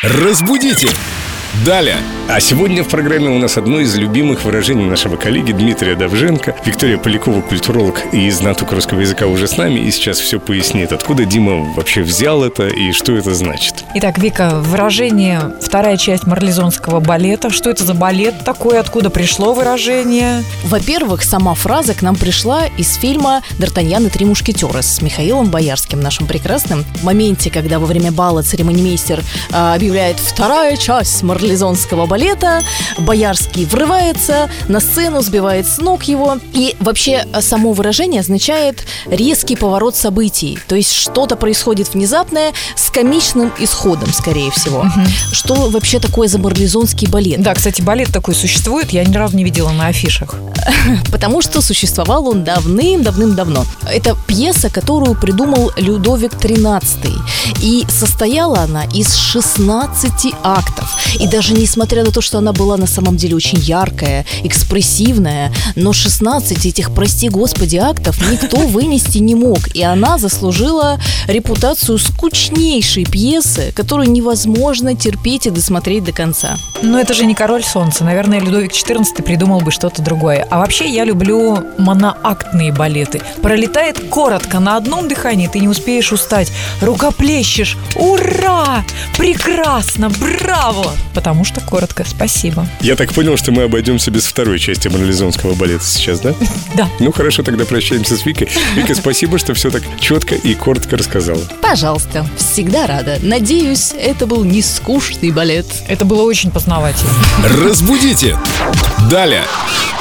Разбудите! Далее. А сегодня в программе у нас одно из любимых выражений нашего коллеги Дмитрия Довженко. Виктория Полякова, культуролог и знаток русского языка, уже с нами и сейчас все пояснит, откуда Дима вообще взял это и что это значит. Итак, Вика, выражение «вторая часть марлезонского балета». Что это за балет такой? Откуда пришло выражение? Во-первых, сама фраза к нам пришла из фильма «Д'Артаньян и три мушкетера» с Михаилом Боярским, нашим прекрасным. В моменте, когда во время бала церемонимейстер объявляет «вторая часть марлезонского балета», Боярский врывается на сцену, сбивает с ног его. И вообще само выражение означает резкий поворот событий. То есть что-то происходит внезапное с комичным исходом, скорее всего. Что вообще такое за марлезонский балет? Да, кстати, балет такой существует, я ни разу не видела на афишах. Потому что существовал он давным-давно. Это пьеса, которую придумал Людовик XIII. И состояла она из 16 актов. И даже несмотря на то, что она была на самом деле очень яркая, экспрессивная, но 16 этих, прости господи, актов никто вынести не мог. И она заслужила репутацию скучнейшей пьесы, которую невозможно терпеть и досмотреть до конца. Но это же не «Король солнца». Наверное, Людовик XIV придумал бы что-то другое. А вообще я люблю моноактные балеты. Пролетает коротко, на одном дыхании, ты не успеешь устать. Рукоплещешь. Ура! Прекрасно! Браво! Потому что коротко. Спасибо. Я так понял, что мы обойдемся без второй части марлезонского балета сейчас, да? Да. Ну хорошо, тогда прощаемся с Викой. Вика, спасибо, что все так четко и коротко рассказала. Пожалуйста, всегда рада. Надеюсь, это был не скучный балет. Это было очень познавательно. Разбудите! Далее.